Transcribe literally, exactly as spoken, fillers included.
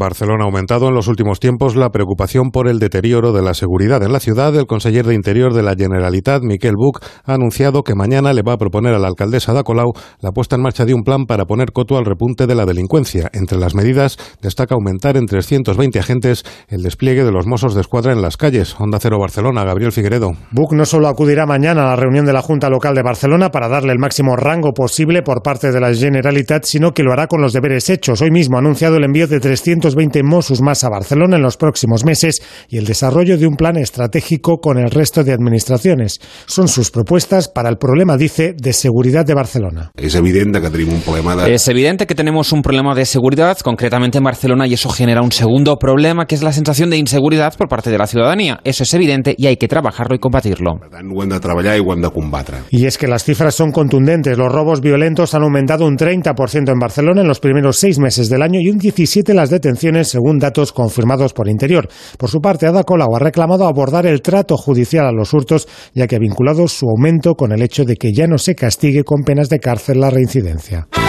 Barcelona ha aumentado en los últimos tiempos la preocupación por el deterioro de la seguridad en la ciudad. El conseller de Interior de la Generalitat, Miquel Buch, ha anunciado que mañana le va a proponer a la alcaldesa Ada Colau la puesta en marcha de un plan para poner coto al repunte de la delincuencia. Entre las medidas destaca aumentar en trescientos veinte agentes el despliegue de los Mossos d'Esquadra en las calles. Onda Cero Barcelona, Gabriel Figueredo. Buch no solo acudirá mañana a la reunión de la Junta Local de Barcelona para darle el máximo rango posible por parte de la Generalitat, sino que lo hará con los deberes hechos. Hoy mismo ha anunciado el envío de trescientos veinte Mossos más a Barcelona en los próximos meses y el desarrollo de un plan estratégico con el resto de administraciones. Son sus propuestas para el problema, dice, de seguridad de Barcelona. Es evidente que tenemos un problema de... Es evidente que tenemos un problema de seguridad, concretamente en Barcelona, y eso genera un segundo problema, que es la sensación de inseguridad por parte de la ciudadanía. Eso es evidente y hay que trabajarlo y combatirlo. Per tant, ho hem de treballar i ho hem de combatre. Y es que las cifras son contundentes. Los robos violentos han aumentado un treinta por ciento en Barcelona en los primeros seis meses del año y un diecisiete por ciento las detenciones, según datos confirmados por Interior. Por su parte, Ada Colau ha reclamado abordar el trato judicial a los hurtos, ya que ha vinculado su aumento con el hecho de que ya no se castigue con penas de cárcel la reincidencia.